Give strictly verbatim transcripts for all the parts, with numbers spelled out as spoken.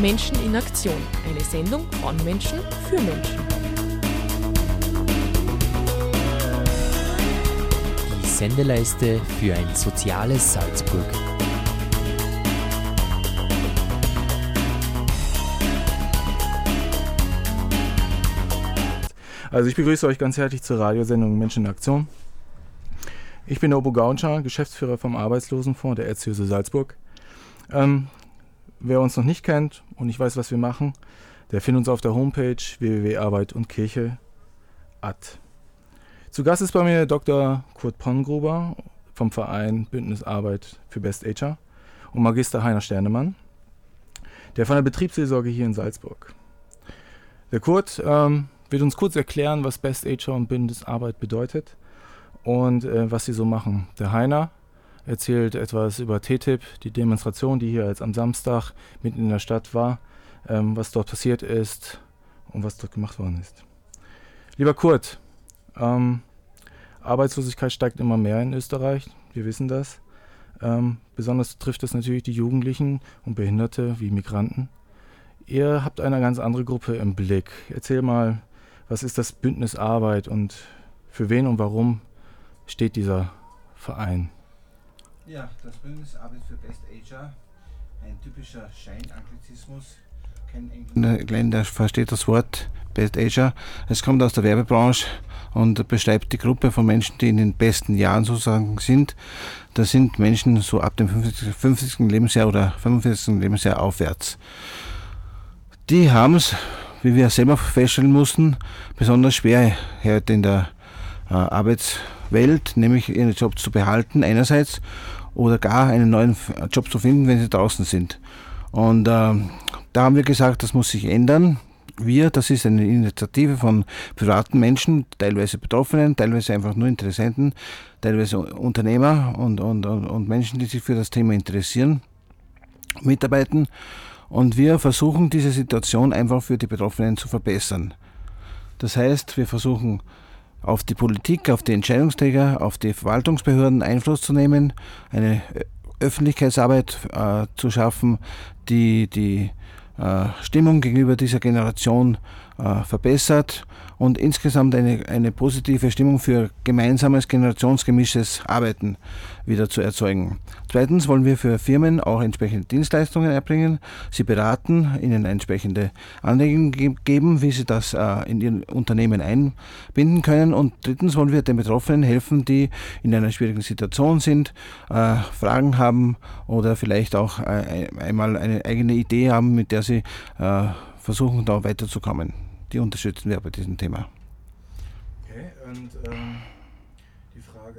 Menschen in Aktion. Eine Sendung von Menschen für Menschen. Die Sendeleiste für ein soziales Salzburg. Also ich begrüße euch ganz herzlich zur Radiosendung Menschen in Aktion. Ich bin der Obo Gaunscher, Geschäftsführer vom Arbeitslosenfonds der Erzdiözese Salzburg. Ähm, wer uns noch nicht kennt und nicht weiß, was wir machen, der findet uns auf der Homepage w w w punkt arbeit und kirche punkt a t. Zu Gast ist bei mir Doktor Kurt Pongruber vom Verein Bündnis Arbeit für Best Ager und Magister Heiner Sternemann, der von der Betriebsseelsorge hier in Salzburg. Der Kurt ähm, wird uns kurz erklären, was Best Ager und Bündnis Arbeit bedeutet und äh, was sie so machen. Der Heiner erzählt etwas über T T I P, die Demonstration, die hier jetzt am Samstag mitten in der Stadt war, ähm, was dort passiert ist und was dort gemacht worden ist. Lieber Kurt, ähm, Arbeitslosigkeit steigt immer mehr in Österreich, wir wissen das. Ähm, besonders trifft das natürlich die Jugendlichen und Behinderte wie Migranten. Ihr habt eine ganz andere Gruppe im Blick. Erzähl mal, was ist das Bündnis Arbeit und für wen und warum steht dieser Verein? Ja, das Bündnis Arbeit für Best Ager, ein typischer Scheinanglizismus. Kein Engländer versteht das Wort Best Ager. Es kommt aus der Werbebranche und beschreibt die Gruppe von Menschen, die in den besten Jahren sozusagen sind. Das sind Menschen so ab dem fünfzigsten Lebensjahr oder fünfundvierzigsten Lebensjahr aufwärts. Die haben es, wie wir selber feststellen mussten, besonders schwer heute in der äh, Arbeitswelt, nämlich ihren Job zu behalten einerseits oder gar einen neuen Job zu finden, wenn sie draußen sind. Und äh, da haben wir gesagt, das muss sich ändern. Wir, das ist eine Initiative von privaten Menschen, teilweise Betroffenen, teilweise einfach nur Interessenten, teilweise Unternehmer und, und, und, und Menschen, die sich für das Thema interessieren, mitarbeiten. Und wir versuchen, diese Situation einfach für die Betroffenen zu verbessern. Das heißt, wir versuchen, auf die Politik, auf die Entscheidungsträger, auf die Verwaltungsbehörden Einfluss zu nehmen, eine Öffentlichkeitsarbeit äh, zu schaffen, die die äh, Stimmung gegenüber dieser Generation äh, verbessert und insgesamt eine, eine positive Stimmung für gemeinsames, generationsgemischtes Arbeiten wieder zu erzeugen. Zweitens wollen wir für Firmen auch entsprechende Dienstleistungen erbringen, sie beraten, ihnen entsprechende Anregungen ge- geben, wie sie das äh, in ihren Unternehmen einbinden können. Und drittens wollen wir den Betroffenen helfen, die in einer schwierigen Situation sind, äh, Fragen haben oder vielleicht auch äh, einmal eine eigene Idee haben, mit der sie äh, versuchen, da weiterzukommen. Die unterstützen wir bei diesem Thema. Okay, und ähm, die Frage,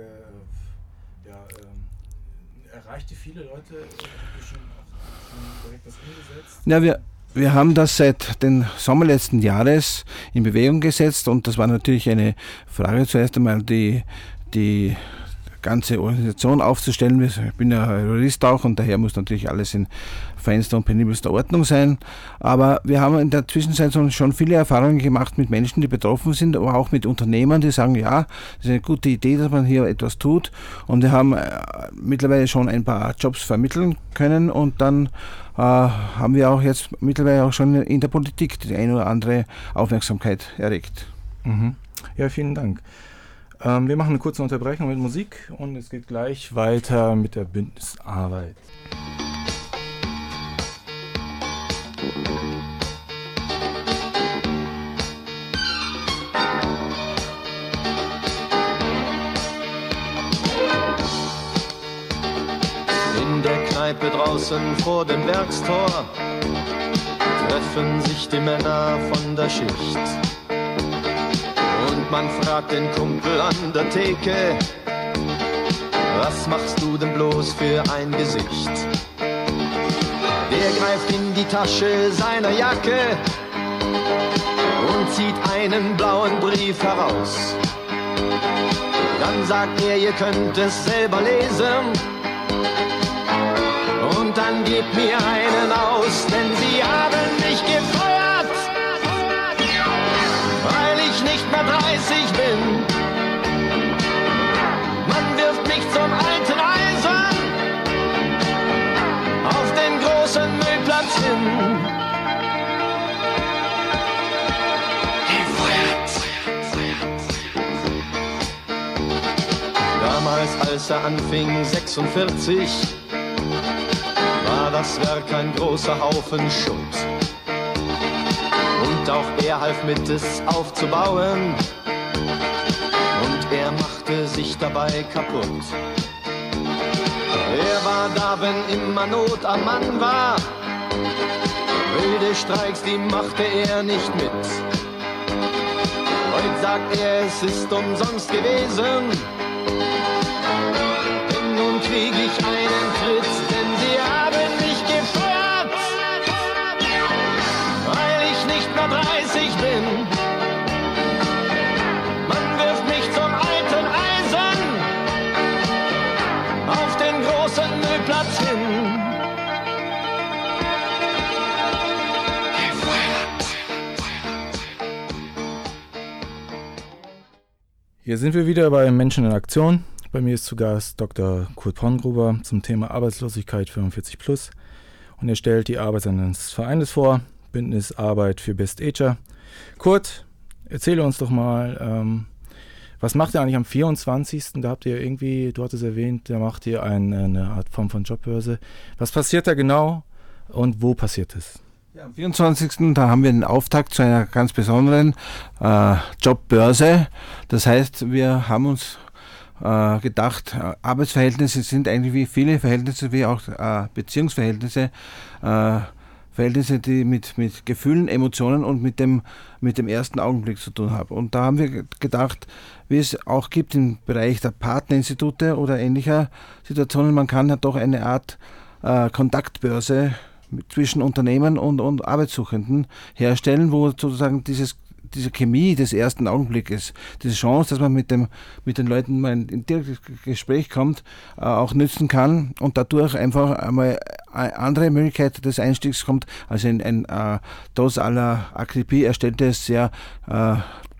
äh, ja, ähm, erreicht die viele Leute, äh, schon, schon direkt das umgesetzt? Ja, wir, wir haben das seit dem Sommer letzten Jahres in Bewegung gesetzt und das war natürlich eine Frage zuerst einmal, die, die ganze Organisation aufzustellen. Ich bin ja Jurist auch und daher muss natürlich alles in feinster und penibelster Ordnung sein. Aber wir haben in der Zwischenzeit schon viele Erfahrungen gemacht mit Menschen, die betroffen sind, aber auch mit Unternehmern, die sagen, ja, das ist eine gute Idee, dass man hier etwas tut. Und wir haben äh, mittlerweile schon ein paar Jobs vermitteln können und dann äh, haben wir auch jetzt mittlerweile auch schon in der Politik die eine oder andere Aufmerksamkeit erregt. Mhm. Ja, vielen Dank. Ähm, wir machen eine kurze Unterbrechung mit Musik und es geht gleich weiter mit der Bündnisarbeit. In der Kneipe draußen vor dem Werkstor treffen sich die Männer von der Schicht. Und man fragt den Kumpel an der Theke, was machst du denn bloß für ein Gesicht? Der greift in die Tasche seiner Jacke und zieht einen blauen Brief heraus. Dann sagt er, ihr könnt es selber lesen und dann gebt mir einen aus, denn sie haben mich gefeuert, weil ich nicht mehr dreißig bin. Man wirft mich zum alten Eisen auf den großen Müllplatz hin. als er anfing sechsundvierzig, war das Werk ein großer Haufen Schutt. Und auch er half mit, es aufzubauen. Und er machte sich dabei kaputt. Er war da, wenn immer Not am Mann war. Wilde Streiks, die machte er nicht mit. Heute sagt er, es ist umsonst gewesen. Denn nun krieg ich einen Tritt, denn sie haben mich gefeuert, weil ich nicht mehr dreißig bin. Man wirft mich zum alten Eisen auf den großen Müllplatz hin. Hier sind wir wieder bei Menschen in Aktion. Bei mir ist zu Gast Doktor Kurt Pongruber zum Thema Arbeitslosigkeit fünfundvierzig plus. Und er stellt die Arbeit seines Vereines vor, Bündnis Arbeit für Best Ager. Kurt, erzähle uns doch mal, ähm, was macht ihr eigentlich am vierundzwanzigsten? Da habt ihr irgendwie, du hattest erwähnt, da macht ihr eine, eine Art Form von Jobbörse. Was passiert da genau und wo passiert es? Ja, am vierundzwanzigsten da haben wir den Auftakt zu einer ganz besonderen äh, Jobbörse. Das heißt, wir haben uns äh, gedacht, äh, Arbeitsverhältnisse sind eigentlich wie viele Verhältnisse, wie auch äh, Beziehungsverhältnisse, äh, Verhältnisse, die mit, mit Gefühlen, Emotionen und mit dem, mit dem ersten Augenblick zu tun haben. Und da haben wir gedacht, wie es auch gibt im Bereich der Partnerinstitute oder ähnlicher Situationen, man kann ja doch eine Art äh, Kontaktbörse zwischen Unternehmen und, und Arbeitssuchenden herstellen, wo sozusagen dieses, diese Chemie des ersten Augenblickes, diese Chance, dass man mit, dem, mit den Leuten mal in direktes Gespräch kommt, äh, auch nützen kann und dadurch einfach einmal eine andere Möglichkeit des Einstiegs kommt, als ein, ein äh, trotz aller Akribie erstelltes, sehr äh,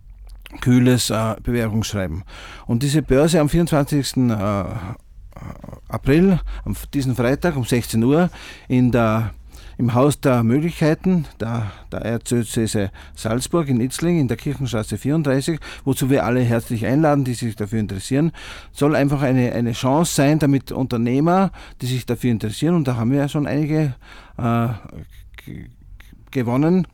kühles äh, Bewerbungsschreiben. Und diese Börse am vierundzwanzigsten Äh, April, am diesen Freitag um sechzehn Uhr in der, im Haus der Möglichkeiten der, der Erzdiözese Salzburg in Itzling in der Kirchenstraße vierunddreißig, wozu wir alle herzlich einladen, die sich dafür interessieren, soll einfach eine, eine Chance sein, damit Unternehmer, die sich dafür interessieren, und da haben wir ja schon einige äh, g- gewonnen,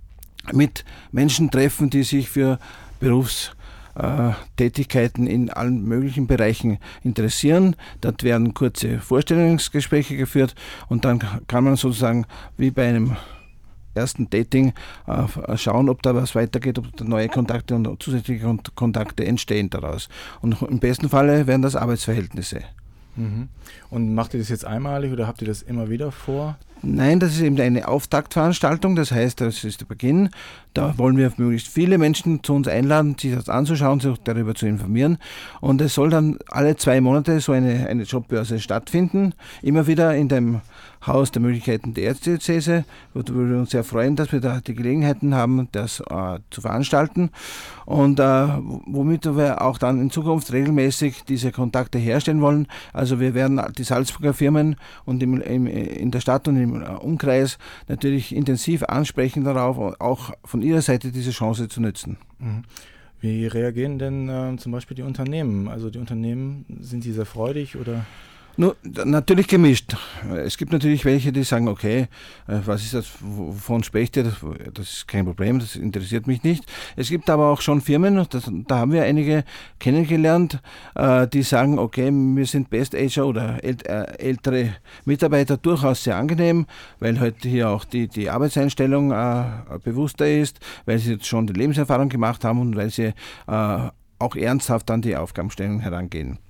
mit Menschen treffen, die sich für Berufs Tätigkeiten in allen möglichen Bereichen interessieren. Dort werden kurze Vorstellungsgespräche geführt und dann kann man sozusagen wie bei einem ersten Dating äh, schauen, ob da was weitergeht, ob da neue Kontakte und zusätzliche Kontakte entstehen daraus. Und im besten Falle wären das Arbeitsverhältnisse. Mhm. Und macht ihr das jetzt einmalig oder habt ihr das immer wieder vor? Nein, das ist eben eine Auftaktveranstaltung, das heißt, das ist der Beginn. Da wollen wir möglichst viele Menschen zu uns einladen, sich das anzuschauen, sich darüber zu informieren. Und es soll dann alle zwei Monate so eine, eine Jobbörse stattfinden, immer wieder in dem Haus der Möglichkeiten der Erzdiözese. Wir würden uns sehr freuen, dass wir da die Gelegenheiten haben, das äh, zu veranstalten. Und äh, womit wir auch dann in Zukunft regelmäßig diese Kontakte herstellen wollen. Also wir werden die Salzburger Firmen und im, im, in der Stadt und im Umkreis natürlich intensiv ansprechen darauf, auch von ihrer Seite diese Chance zu nutzen. Mhm. Wie reagieren denn äh, zum Beispiel die Unternehmen? Also die Unternehmen, sind die sehr freudig oder? Nur, natürlich gemischt. Es gibt natürlich welche, die sagen, okay, was ist das, wovon sprecht ihr, das, das ist kein Problem, das interessiert mich nicht. Es gibt aber auch schon Firmen, das, da haben wir einige kennengelernt, die sagen, okay, wir sind Best Ager oder ältere Mitarbeiter durchaus sehr angenehm, weil halt hier auch die, die Arbeitseinstellung bewusster ist, weil sie jetzt schon die Lebenserfahrung gemacht haben und weil sie auch ernsthaft an die Aufgabenstellung herangehen.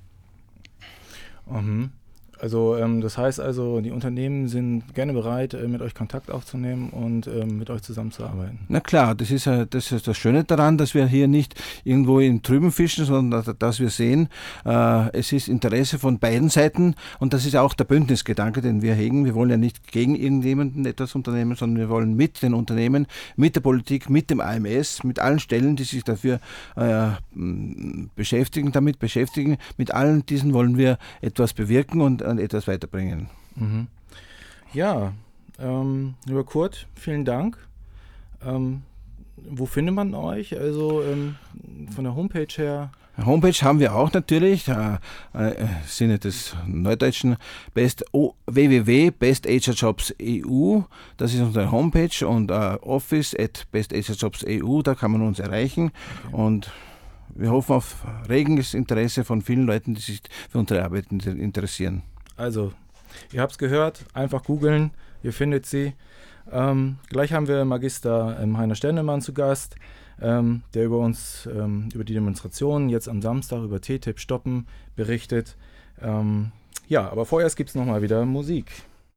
Mhm. Also ähm, das heißt also, die Unternehmen sind gerne bereit, äh, mit euch Kontakt aufzunehmen und ähm, mit euch zusammenzuarbeiten. Na klar, das ist, äh, das ist das Schöne daran, dass wir hier nicht irgendwo im Trüben fischen, sondern dass, dass wir sehen, äh, es ist Interesse von beiden Seiten und das ist auch der Bündnisgedanke, den wir hegen. Wir wollen ja nicht gegen irgendjemanden etwas unternehmen, sondern wir wollen mit den Unternehmen, mit der Politik, mit dem A M S, mit allen Stellen, die sich dafür äh, beschäftigen, damit beschäftigen, mit allen diesen wollen wir etwas bewirken und etwas weiterbringen. Mhm. Ja, ähm, lieber Kurt, vielen Dank. Ähm, wo findet man euch? Also ähm, von der Homepage her Homepage haben wir auch natürlich, äh, äh, Sinne des Neudeutschen, best, oh, w w w punkt best ager jobs punkt e u, das ist unsere Homepage, und äh, office at best ager jobs punkt e u, da kann man uns erreichen, okay. Und wir hoffen auf reges Interesse von vielen Leuten, die sich für unsere Arbeit interessieren. Also, ihr habt es gehört, einfach googeln, ihr findet sie. Ähm, gleich haben wir Magister ähm, Heiner Stendemann zu Gast, ähm, der über uns, ähm, über die Demonstrationen jetzt am Samstag über T T I P stoppen berichtet. Ähm, ja, aber vorerst gibt es nochmal wieder Musik.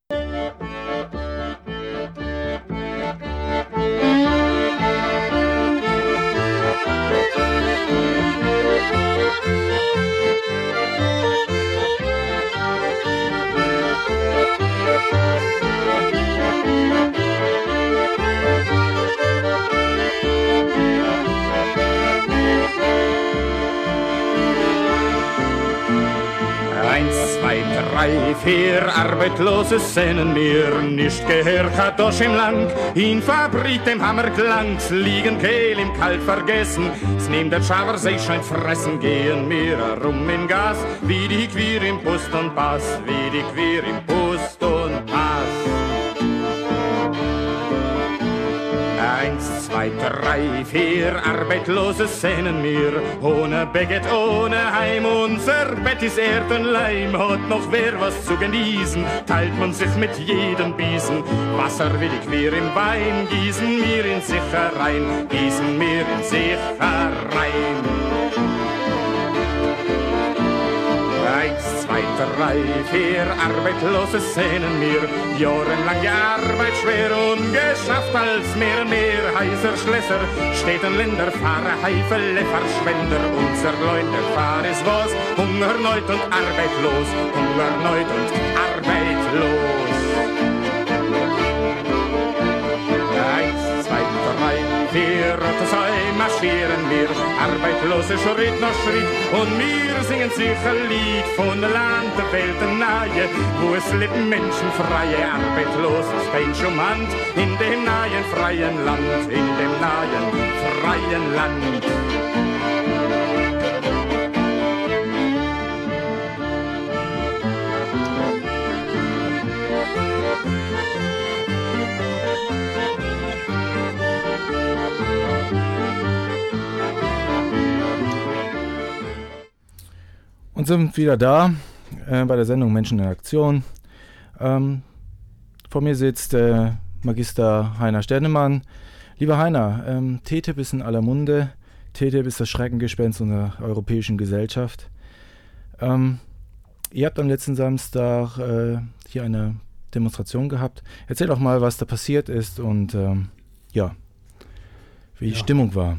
Eins, zwei, drei, vier Arbeitslose sehnen mir, nicht gehört hat doch im Land, in Fabrik dem Hammerklang, liegen Kehl im Kalt vergessen, es nimmt der Schaber sich scheint fressen, gehen mir rum in Gas, wie die Queer im Pust und Pass, wie die Queer im Pust und Pass. Eins, zwei, drei, vier Arbeitslose sehnen mir, ohne Baguette, ohne Heim, unser Bett ist Erdenleim, hat noch wer was zu genießen, teilt man sich mit jedem Biesen, Wasser will ich mir im Wein, gießen mir in sich herein, gießen mir in sich herein. Eins, zwei, drei, vier Arbeitslose sehnen mir, jahrelange Arbeit schwer und geschafft als mehr und mehr heißer Schlösser, Städten, Länder, Fahrer, Heifele, Verschwender, unser Leute, Fahr ist was, Hungerneut und arbeitlos, Hungerneut und arbeitlos. Eins, zwei, drei, vier, zwei marschieren wir, Arbeitlose Schritt nach Schritt, und wir singen sich ein Lied von Land der Welt nahe, wo es leben menschenfreie, arbeitsloses Mensch um Hand, in dem nahen freien Land, in dem nahen freien Land. Und sind wieder da äh, bei der Sendung Menschen in Aktion. Ähm, vor mir sitzt äh, Magister Heiner Stendemann. Lieber Heiner, ähm, T T I P ist in aller Munde. T T I P ist das Schreckengespenst unserer europäischen Gesellschaft. Ähm, ihr habt am letzten Samstag äh, hier eine Demonstration gehabt. Erzähl doch mal, was da passiert ist und ähm, ja, wie die ja. Stimmung war.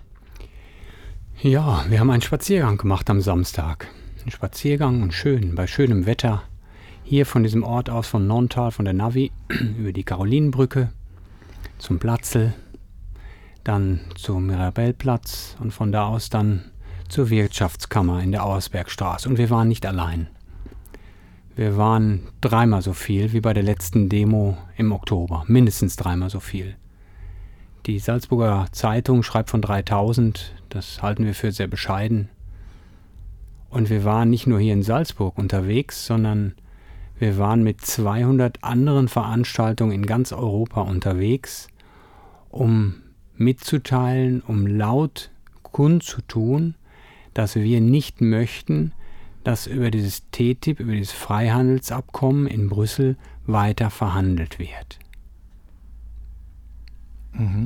Ja, wir haben einen Spaziergang gemacht am Samstag. Ein Spaziergang und schön, bei schönem Wetter. Hier von diesem Ort aus, von Nontal, von der Navi, über die Karolinenbrücke zum Platzl, dann zum Mirabellplatz und von da aus dann zur Wirtschaftskammer in der Auersbergstraße. Und wir waren nicht allein. Wir waren dreimal so viel wie bei der letzten Demo im Oktober. Mindestens dreimal so viel. Die Salzburger Zeitung schreibt von dreitausend. Das halten wir für sehr bescheiden. Und wir waren nicht nur hier in Salzburg unterwegs, sondern wir waren mit zweihundert anderen Veranstaltungen in ganz Europa unterwegs, um mitzuteilen, um laut kundzutun, dass wir nicht möchten, dass über dieses T T I P, über dieses Freihandelsabkommen in Brüssel weiter verhandelt wird. Mhm.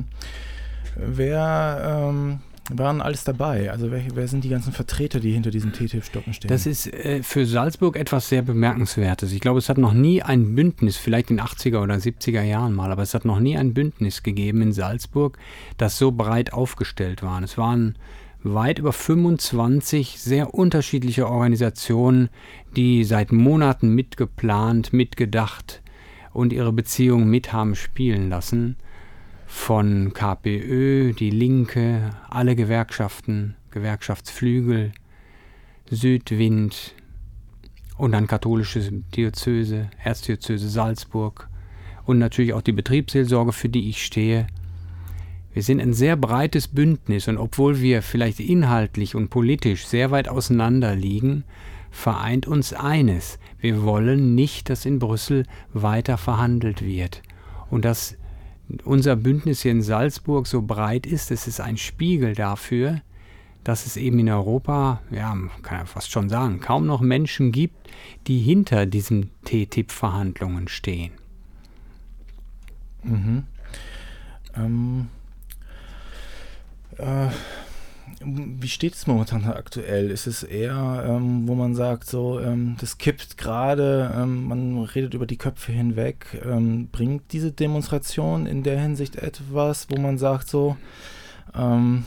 Wer ähm, waren alles dabei? Also wer, wer sind die ganzen Vertreter, die hinter diesem T T I P-Stoppen stehen? Das ist äh, für Salzburg etwas sehr Bemerkenswertes. Ich glaube, es hat noch nie ein Bündnis, vielleicht in den achtziger oder siebziger Jahren mal, aber es hat noch nie ein Bündnis gegeben in Salzburg, das so breit aufgestellt war. Es waren weit über fünfundzwanzig sehr unterschiedliche Organisationen, die seit Monaten mitgeplant, mitgedacht und ihre Beziehungen mit haben spielen lassen. Von K P Ö, die Linke, alle Gewerkschaften, Gewerkschaftsflügel, Südwind und dann katholische Diözese, Erzdiözese Salzburg und natürlich auch die Betriebsseelsorge, für die ich stehe. Wir sind ein sehr breites Bündnis und obwohl wir vielleicht inhaltlich und politisch sehr weit auseinander liegen, vereint uns eines. Wir wollen nicht, dass in Brüssel weiter verhandelt wird. Und dass unser Bündnis hier in Salzburg so breit ist, das ist ein Spiegel dafür, dass es eben in Europa, ja, man kann ja fast schon sagen, kaum noch Menschen gibt, die hinter diesen T T I P-Verhandlungen stehen. Mhm. Ähm, äh, wie steht es momentan aktuell? Ist es eher, ähm, wo man sagt, so, ähm, das kippt gerade, ähm, man redet über die Köpfe hinweg. Ähm, bringt diese Demonstration in der Hinsicht etwas, wo man sagt, so, ähm,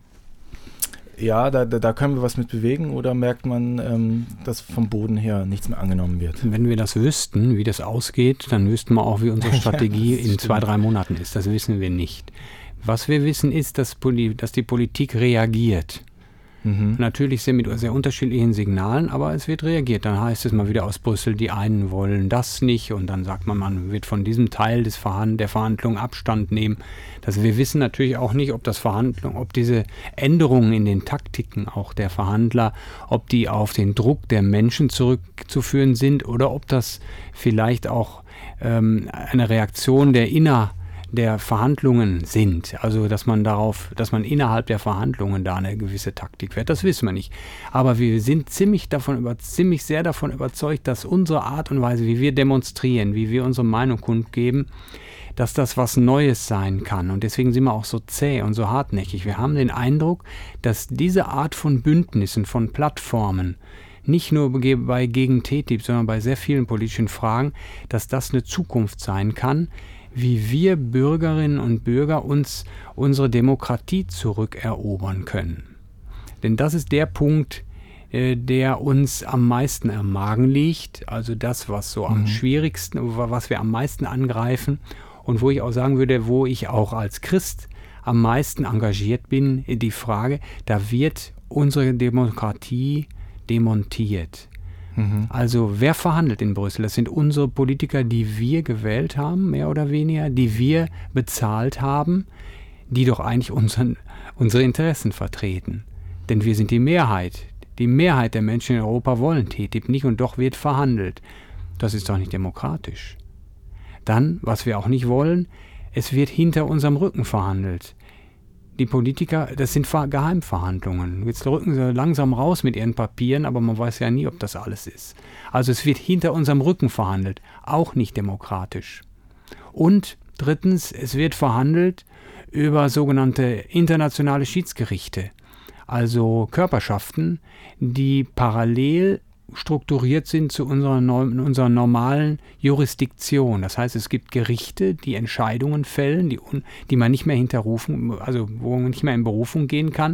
ja, da, da, da können wir was mit bewegen, oder merkt man, ähm, dass vom Boden her nichts mehr angenommen wird? Wenn wir das wüssten, wie das ausgeht, dann wüssten wir auch, wie unsere Strategie ja, in zwei, drei Monaten ist. Das wissen wir nicht. Was wir wissen ist, dass, Poli- dass die Politik reagiert. Mhm. Natürlich sehr mit sehr unterschiedlichen Signalen, aber es wird reagiert. Dann heißt es mal wieder aus Brüssel, die einen wollen das nicht, und dann sagt man, man wird von diesem Teil des Verhand- der Verhandlungen Abstand nehmen. Das, wir wissen natürlich auch nicht, ob das Verhandlung, ob diese Änderungen in den Taktiken auch der Verhandler, ob die auf den Druck der Menschen zurückzuführen sind oder ob das vielleicht auch ähm, eine Reaktion der inner der Verhandlungen sind, also dass man darauf, dass man innerhalb der Verhandlungen da eine gewisse Taktik fährt, das wissen wir nicht. Aber wir sind ziemlich davon über, ziemlich sehr davon überzeugt, dass unsere Art und Weise, wie wir demonstrieren, wie wir unsere Meinung kundgeben, dass das was Neues sein kann. Und deswegen sind wir auch so zäh und so hartnäckig. Wir haben den Eindruck, dass diese Art von Bündnissen, von Plattformen, nicht nur bei gegen T T I P, sondern bei sehr vielen politischen Fragen, dass das eine Zukunft sein kann, wie wir Bürgerinnen und Bürger uns unsere Demokratie zurückerobern können. Denn das ist der Punkt, äh, der uns am meisten am Magen liegt, also das, was so am mhm. schwierigsten, was wir am meisten angreifen und wo ich auch sagen würde, wo ich auch als Christ am meisten engagiert bin, die Frage, da wird unsere Demokratie demontiert. Also wer verhandelt in Brüssel? Das sind unsere Politiker, die wir gewählt haben, mehr oder weniger, die wir bezahlt haben, die doch eigentlich unseren, unsere Interessen vertreten. Denn wir sind die Mehrheit. Die Mehrheit der Menschen in Europa wollen T T I P nicht, und doch wird verhandelt. Das ist doch nicht demokratisch. Dann, was wir auch nicht wollen, es wird hinter unserem Rücken verhandelt. Die Politiker, das sind Geheimverhandlungen. Jetzt rücken sie langsam raus mit ihren Papieren, aber man weiß ja nie, ob das alles ist. Also es wird hinter unserem Rücken verhandelt, auch nicht demokratisch. Und drittens, es wird verhandelt über sogenannte internationale Schiedsgerichte, also Körperschaften, die parallel strukturiert sind zu unserer, unserer normalen Jurisdiktion. Das heißt, es gibt Gerichte, die Entscheidungen fällen, die, die man nicht mehr hinterrufen, also wo man nicht mehr in Berufung gehen kann,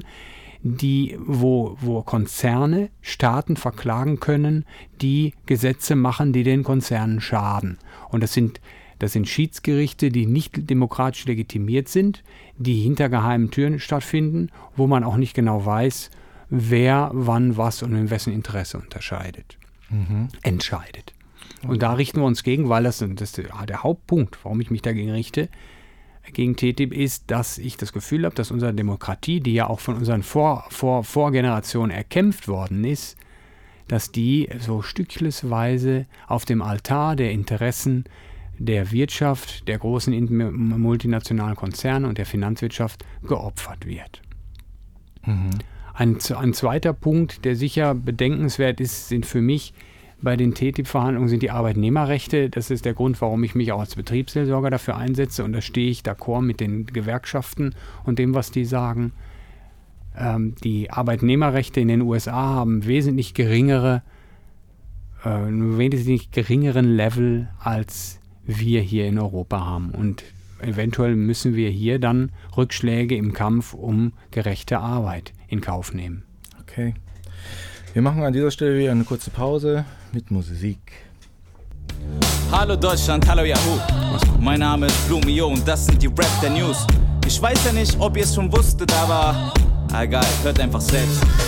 die, wo, wo Konzerne Staaten verklagen können, die Gesetze machen, die den Konzernen schaden. Und das sind, das sind Schiedsgerichte, die nicht demokratisch legitimiert sind, die hinter geheimen Türen stattfinden, wo man auch nicht genau weiß, wer, wann, was und in wessen Interesse unterscheidet, mhm. entscheidet. Und da richten wir uns gegen, weil das, das ist der Hauptpunkt, warum ich mich dagegen richte, gegen T T I P, ist, dass ich das Gefühl habe, dass unsere Demokratie, die ja auch von unseren Vor, Vor, Vorgenerationen erkämpft worden ist, dass die so stückchenweise auf dem Altar der Interessen der Wirtschaft, der großen multinationalen Konzerne und der Finanzwirtschaft geopfert wird. Mhm. Ein, ein zweiter Punkt, der sicher bedenkenswert ist, sind für mich bei den T T I P-Verhandlungen sind die Arbeitnehmerrechte. Das ist der Grund, warum ich mich auch als Betriebsseelsorger dafür einsetze, und da stehe ich d'accord mit den Gewerkschaften und dem, was die sagen. Ähm, die Arbeitnehmerrechte in den U S A haben wesentlich geringere, äh, wesentlich geringeren Level, als wir hier in Europa haben. Und eventuell müssen wir hier dann Rückschläge im Kampf um gerechte Arbeit in Kauf nehmen. Okay. Wir machen an dieser Stelle wieder eine kurze Pause mit Musik. Hallo Deutschland, hallo Yahoo. Mein Name ist Blumio und das sind die Rap der News. Ich weiß ja nicht, ob ihr es schon wusstet, aber egal, hört einfach selbst.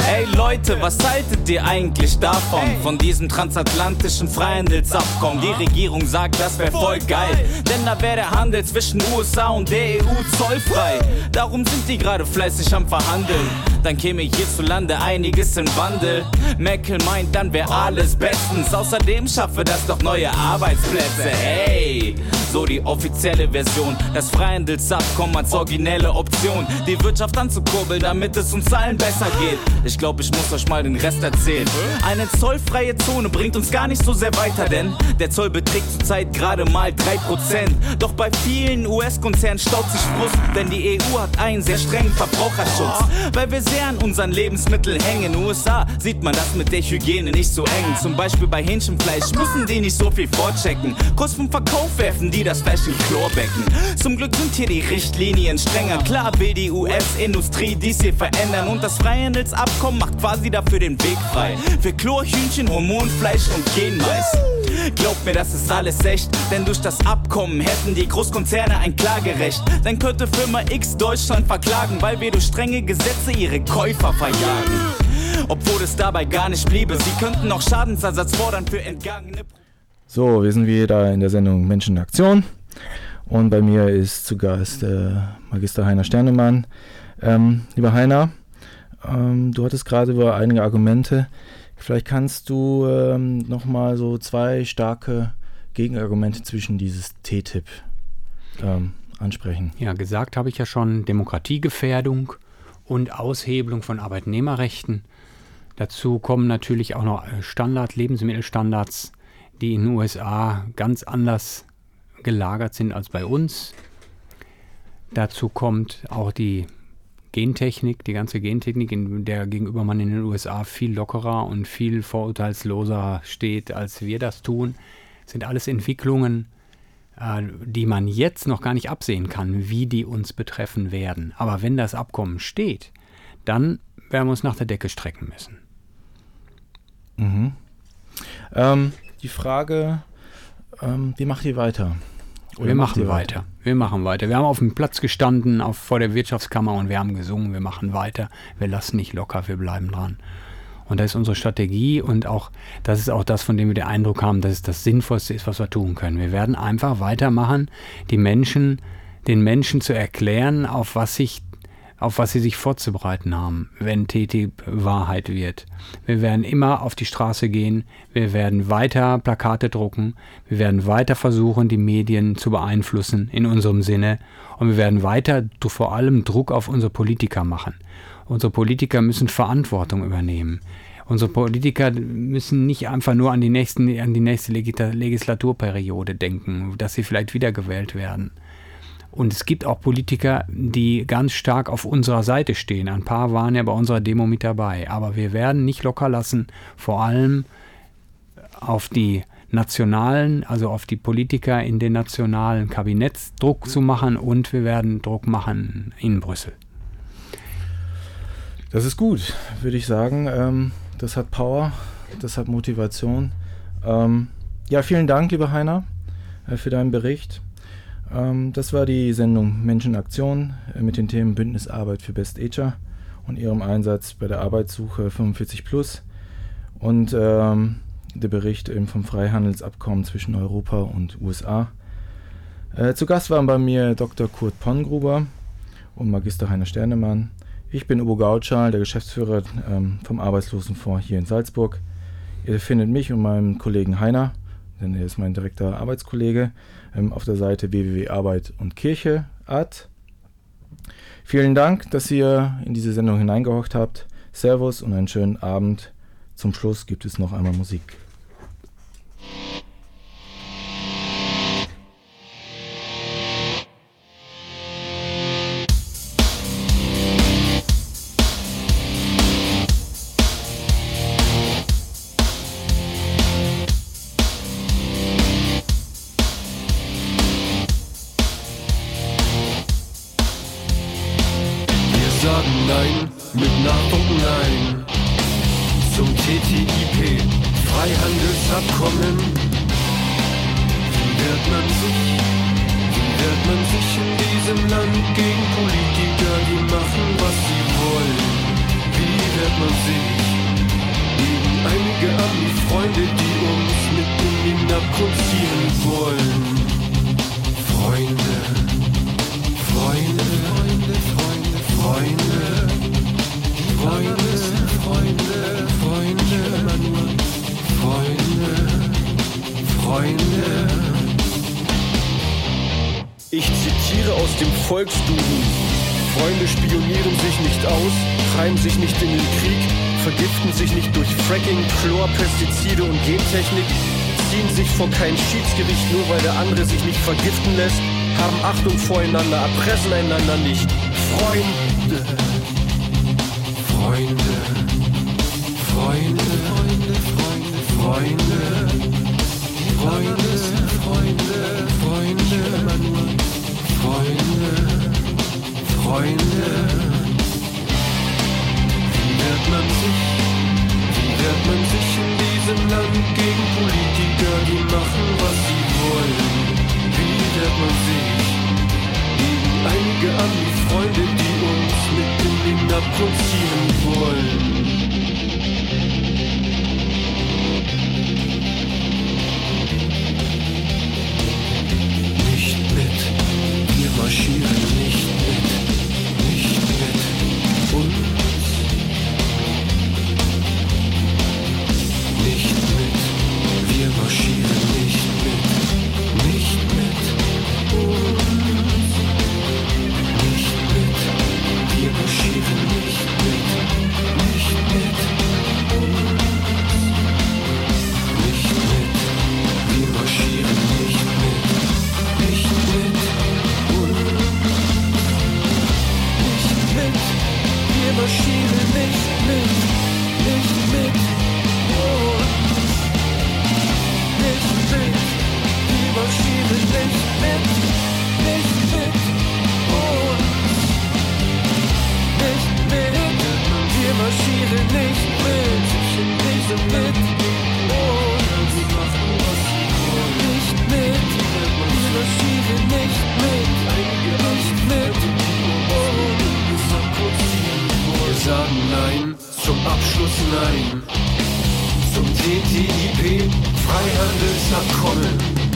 Ey Leute, was haltet ihr eigentlich davon? Von diesem transatlantischen Freihandelsabkommen? Die Regierung sagt, das wär voll geil, denn da wär der Handel zwischen U S A und der E U zollfrei. Darum sind die gerade fleißig am Verhandeln. Dann käme hierzulande einiges in Wandel. Merkel meint, dann wär alles bestens. Außerdem schaffe das doch neue Arbeitsplätze. Hey, so die offizielle Version. Das Freihandelsabkommen als originelle Option, die Wirtschaft anzukurbeln, damit es uns allen besser geht. Ich glaube, ich muss euch mal den Rest erzählen. Eine zollfreie Zone bringt uns gar nicht so sehr weiter, denn der Zoll beträgt zurzeit gerade mal drei Prozent. Doch bei vielen U S-Konzernen staut sich Frust, denn die E U hat einen sehr strengen Verbraucherschutz, weil wir sehr an unseren Lebensmitteln hängen. In den U S A sieht man das mit der Hygiene nicht so eng. Zum Beispiel bei Hähnchenfleisch müssen die nicht so viel vorchecken. Kurz vom Verkauf werfen die das Fleisch in Chlorbecken. Zum Glück sind hier die Richtlinien strenger. Klar will die U S-Industrie dies hier verändern und das Freihandelsabkommen macht quasi dafür den Weg frei. Für Chlorhühnchen, Hormonfleisch und Genmais. Glaubt mir, das ist alles echt, denn durch das Abkommen hätten die Großkonzerne ein Klagerecht. Dann könnte Firma X Deutschland verklagen, weil wir durch strenge Gesetze ihre Käufer verjagen. Obwohl es dabei gar nicht bliebe, sie könnten auch Schadensersatz fordern für entgangene... So, wir sind wieder in der Sendung Menschen in Aktion und bei mir ist zu Gast äh, Magister Heiner Sternemann. Ähm, lieber Heiner, ähm, du hattest gerade über einige Argumente. Vielleicht kannst du ähm, nochmal so zwei starke Gegenargumente zwischen dieses T T I P ähm, ansprechen. Ja, gesagt habe ich ja schon, Demokratiegefährdung und Aushebelung von Arbeitnehmerrechten. Dazu kommen natürlich auch noch Standard, Lebensmittelstandards, die in den U S A ganz anders gelagert sind als bei uns. Dazu kommt auch die Gentechnik, die ganze Gentechnik, in der gegenüber man in den U S A viel lockerer und viel vorurteilsloser steht, als wir das tun. Das sind alles Entwicklungen, äh, die man jetzt noch gar nicht absehen kann, wie die uns betreffen werden. Aber wenn das Abkommen steht, dann werden wir uns nach der Decke strecken müssen. Mhm. Ähm, die Frage, ähm, wie macht ihr weiter? Oder wir machen weiter. weiter. Wir machen weiter. Wir haben auf dem Platz gestanden, auf, vor der Wirtschaftskammer und wir haben gesungen, wir machen weiter. Wir lassen nicht locker, wir bleiben dran. Und das ist unsere Strategie und auch das ist auch das, von dem wir den Eindruck haben, dass es das Sinnvollste ist, was wir tun können. Wir werden einfach weitermachen, die Menschen, den Menschen zu erklären, auf was sich auf was sie sich vorzubereiten haben, wenn T T I P Wahrheit wird. Wir werden immer auf die Straße gehen, wir werden weiter Plakate drucken, wir werden weiter versuchen, die Medien zu beeinflussen in unserem Sinne und wir werden weiter vor allem Druck auf unsere Politiker machen. Unsere Politiker müssen Verantwortung übernehmen. Unsere Politiker müssen nicht einfach nur an die, nächsten, an die nächste Legislaturperiode denken, dass sie vielleicht wiedergewählt werden. Und es gibt auch Politiker, die ganz stark auf unserer Seite stehen. Ein paar waren ja bei unserer Demo mit dabei. Aber wir werden nicht locker lassen, vor allem auf die nationalen, also auf die Politiker in den nationalen Kabinetts Druck zu machen. Und wir werden Druck machen in Brüssel. Das ist gut, würde ich sagen. Ähm, das hat Power, das hat Motivation. Ähm, ja, vielen Dank, lieber Heiner, äh, für deinen Bericht. Ähm, das war die Sendung Menschen in Aktion äh, mit den Themen Bündnisarbeit für Best Ager und ihrem Einsatz bei der Arbeitssuche fünfundvierzig plus und ähm, der Bericht eben vom Freihandelsabkommen zwischen Europa und U S A. Äh, zu Gast waren bei mir Doktor Kurt Pongruber und Magister Heiner Sternemann. Ich bin Ubo Gautschal, der Geschäftsführer ähm, vom Arbeitslosenfonds hier in Salzburg. Ihr findet mich und meinen Kollegen Heiner, denn er ist mein direkter Arbeitskollege, ähm, auf der Seite w w w punkt arbeit und kirche punkt a t. Vielen Dank, dass ihr in diese Sendung hineingehockt habt. Servus und einen schönen Abend. Zum Schluss gibt es noch einmal Musik. Nein, mit Nachdruck nein zum T T I P Freihandelsabkommen. Wie wird man sich, wie wird man sich in diesem Land gegen Politiker, die machen, was sie wollen? Wie wird wird man sich? Liegen einige Ami-Freunde, die uns mit in den Abgrund ziehen wollen. Freunde, Freunde, Freunde, Freunde, Freunde, Freunde, Freunde, Freunde, immer nur Freunde, Freunde. Ich zitiere aus dem Volksduden. Freunde spionieren sich nicht aus, treiben sich nicht in den Krieg, vergiften sich nicht durch Fracking, Chlor, Pestizide und Gentechnik, ziehen sich vor kein Schiedsgericht, nur weil der andere sich nicht vergiften lässt, haben Achtung voreinander, erpressen einander nicht. Freunde, Freunde, Freunde, Freunde, Freunde, Freunde, Freunde, Freunde, immer nur Freunde, Freunde. Wie wehrt man sich, wie wehrt man sich in diesem Land gegen Politiker, die machen, was sie wollen? Wie wehrt man sich gegen einige Ami-Freunde, die uns mit in den Abgrund ziehen wollen? Marschieren nicht mit, nicht mit uns, nicht mit, wir marschieren nicht mit, nicht mit uns, nicht mit, wir marschieren nicht mit, nicht mit uns, nicht mit, wir marschieren nicht mit, nicht mit. Wir marschieren nicht mit, nicht mit uns, nicht mit, wir marschieren nicht mit, nicht mit uns, nicht mit, wir marschieren nicht mit, nicht mit uns, nicht mit, wir marschieren nicht mit, nicht mit uns. Wir sagen Nein, zum Abschluss Nein, zum T T I P, Freihandelsabkommen.